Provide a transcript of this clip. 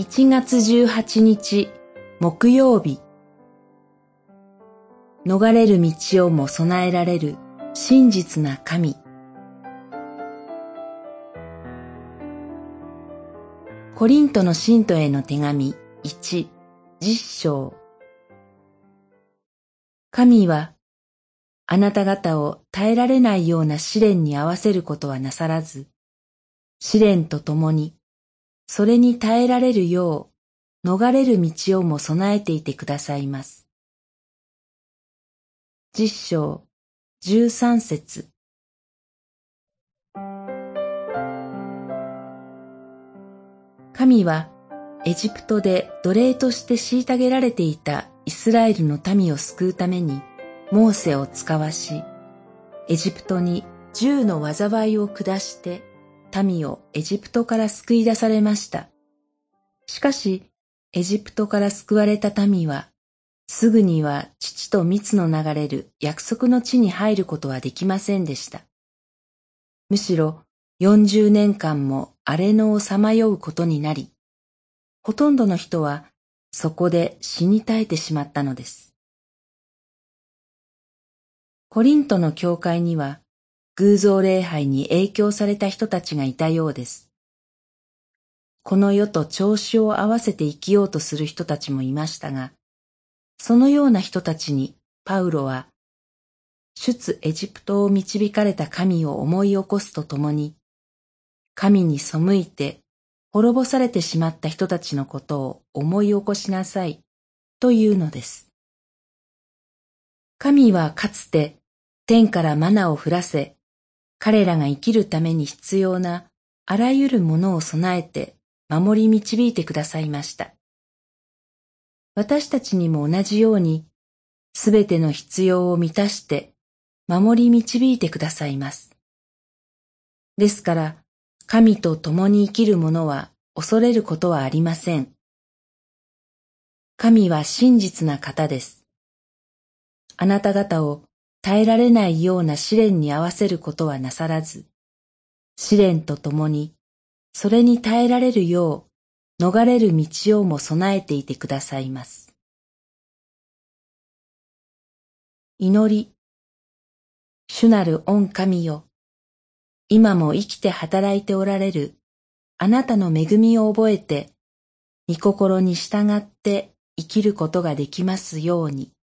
1月18日木曜日。逃れる道をも備えられる真実な神。コリントの信徒への手紙1、10章。神はあなた方を耐えられないような試練に合わせることはなさらず、試練とともにそれに耐えられるよう逃れる道をも備えていてくださいます。10章13節。神はエジプトで奴隷として虐げられていたイスラエルの民を救うためにモーセを使わし、エジプトに10の災いを下して民をエジプトから救い出されました。しかし、エジプトから救われた民は、すぐには乳と蜜の流れる約束の地に入ることはできませんでした。むしろ40年間も荒れ野をさまようことになり、ほとんどの人はそこで死に絶えてしまったのです。コリントの教会には、偶像礼拝に影響された人たちがいたようです。この世と調子を合わせて生きようとする人たちもいましたが、そのような人たちにパウロは、出エジプトを導かれた神を思い起こすとともに、神に背いて滅ぼされてしまった人たちのことを思い起こしなさいというのです。神はかつて天からマナを降らせ、彼らが生きるために必要なあらゆるものを備えて守り導いてくださいました。私たちにも同じように、すべての必要を満たして守り導いてくださいます。ですから、神と共に生きる者は恐れることはありません。神は真実な方です。あなた方を耐えられないような試練に合わせることはなさらず、試練とともに、それに耐えられるよう、逃れる道をも備えていてくださいます。祈り。主なる御神よ、今も生きて働いておられるあなたの恵みを覚えて、御心に従って生きることができますように。